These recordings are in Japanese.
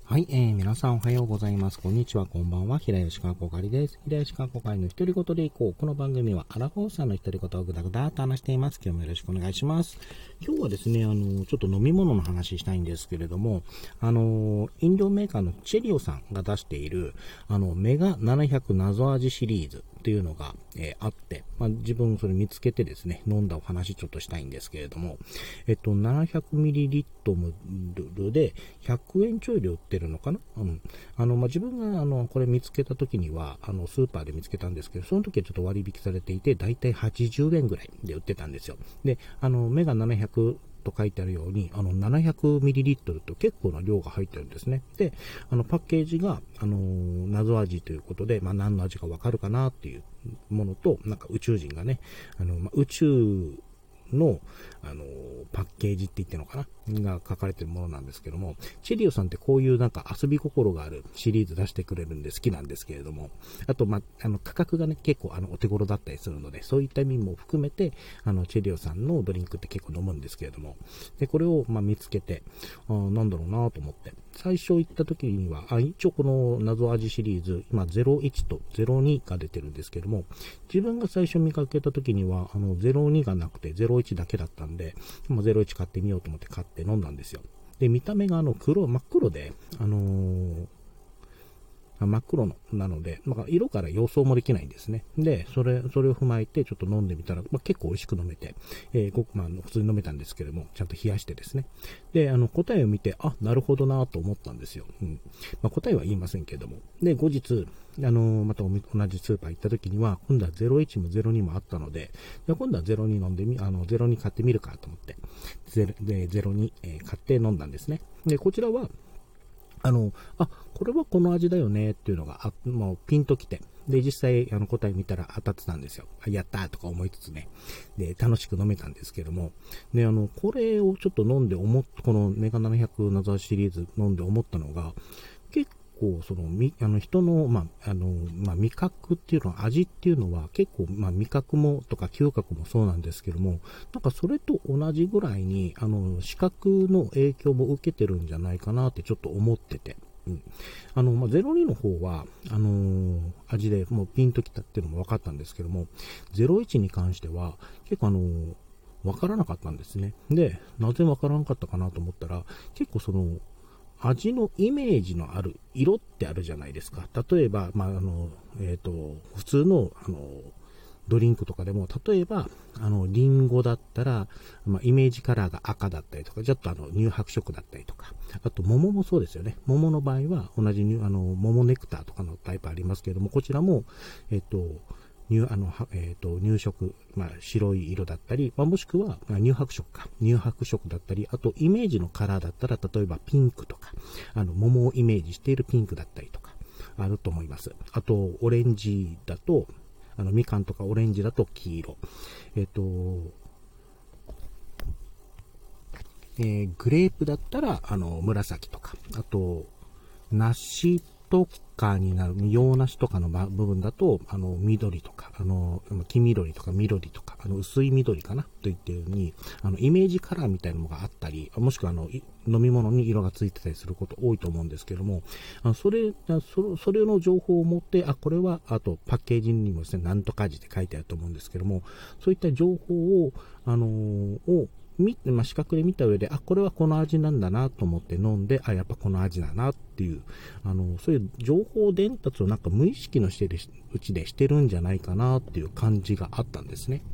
はい、皆さんおはようございます。こんにちは、こんばんは。平吉川こかりです。平吉川こかりの独り言でいこう。この番組はアラフォーさんの独り言をぐだぐだと話しています。今日もよろしくお願いします。今日はですね、ちょっと飲み物の話したいんですけれども、飲料メーカーのチェリオさんが出している、メガ700謎味シリーズっていうのが、あって、自分それ見つけてですね、飲んだお話ちょっとしたいんですけれども、700ml で100円ちょいで売ってるのかな。自分がこれ見つけた時にはスーパーで見つけたんですけど、その時はちょっと割引されていて、だいたい80円ぐらいで売ってたんですよ。で、メガ700と書いてあるように、700ml と結構な量が入ってるんですね。で、パッケージが、謎味ということで、何の味かわかるかなっていうものと、なんか宇宙人がね、宇宙の、パッケージって言ってるのかなが書かれてるものなんですけども、チェリオさんってこういうなんか遊び心があるシリーズ出してくれるんで好きなんですけれども、あと、価格がね、結構お手頃だったりするので、そういった意味も含めて、チェリオさんのドリンクって結構飲むんですけれども、で、これを見つけて、なんだろうなと思って、最初行った時には、一応この謎味シリーズ、今01と02が出てるんですけども、自分が最初見かけた時には、02がなくて01だけだったんで、01買ってみようと思って買って飲んだんですよ。で、見た目が真っ黒で、真っ黒のなので、色から予想もできないんですね。で、それを踏まえてちょっと飲んでみたら、結構美味しく飲めて、普通に飲めたんですけれども、ちゃんと冷やしてですね。で、答えを見て、なるほどなと思ったんですよ。答えは言いませんけれども。で、後日、また同じスーパー行った時には、今度は01も02もあったので、今度は02飲んで02買ってみるかと思って、02、買って飲んだんですね。で、こちらは、これはこの味だよねっていうのが、もうピンときて、で、実際、答え見たら当たってたんですよ。やったーとか思いつつね。で、楽しく飲めたんですけども、で、これをちょっと飲んでこのメガ700謎味シリーズ飲んで思ったのが、結構、人の、味覚っていうのは、味っていうのは結構、味覚もとか嗅覚もそうなんですけども、なんかそれと同じぐらいに、視覚の影響も受けてるんじゃないかなってちょっと思ってて。02の方は、味でもうピンときたっていうのも分かったんですけども、01に関しては、結構分からなかったんですね。で、なぜ分からなかったかなと思ったら、結構味のイメージのある色ってあるじゃないですか。例えば、普通の、ドリンクとかでも、例えば、リンゴだったら、イメージカラーが赤だったりとか、ちょっと乳白色だったりとか、あと、桃もそうですよね。桃の場合は、同じ桃ネクターとかのタイプありますけれども、こちらも、乳色、白い色だったり、もしくは、乳白色だったり、あと、イメージのカラーだったら、例えばピンクとか、桃をイメージしているピンクだったりとか、あると思います。あと、オレンジだと、みかんとかオレンジだと黄色。グレープだったら、紫とか。あと、梨とかになる、洋梨とかの部分だと、緑とか、黄緑とか緑とか、薄い緑かなといったように、イメージカラーみたいなのがあったり、もしくは飲み物に色がついてたりすること多いと思うんですけども、それの情報を持って、これは、あとパッケージにもですね、なんとか味って書いてあると思うんですけども、そういった情報を、視覚で見た上で、これはこの味なんだなと思って飲んで、やっぱこの味だなっていう、そういう情報伝達をなんか無意識のうちでしてるんじゃないかなっていう感じがあったんですね。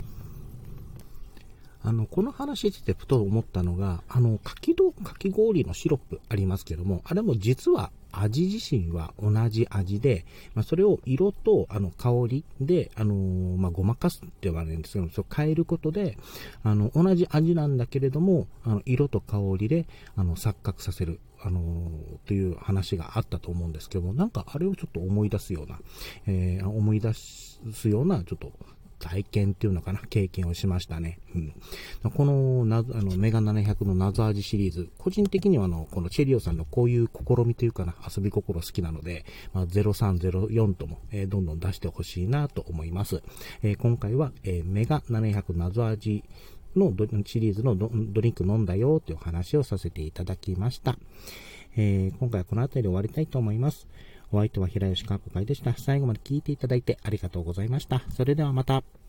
この話してふと思ったのが、かき氷のシロップありますけども、あれも実は味自身は同じ味で、それを色と香りで、ごまかすって言われるんですけども、そう変えることで、同じ味なんだけれども、色と香りで、錯覚させる。という話があったと思うんですけども、なんかあれをちょっと思い出すような、ちょっと体験っていうのかな、経験をしましたね。このメガ700の謎味シリーズ、個人的にはこのチェリオさんのこういう試みというかな、遊び心好きなので、0304とも、どんどん出してほしいなと思います。今回は、メガ700謎味のシリーズのドリンク飲んだよという話をさせていただきました。 今回はこの辺りで終わりたいと思います。お相手は平吉カップ会でした。最後まで聞いていただいてありがとうございました。それではまた。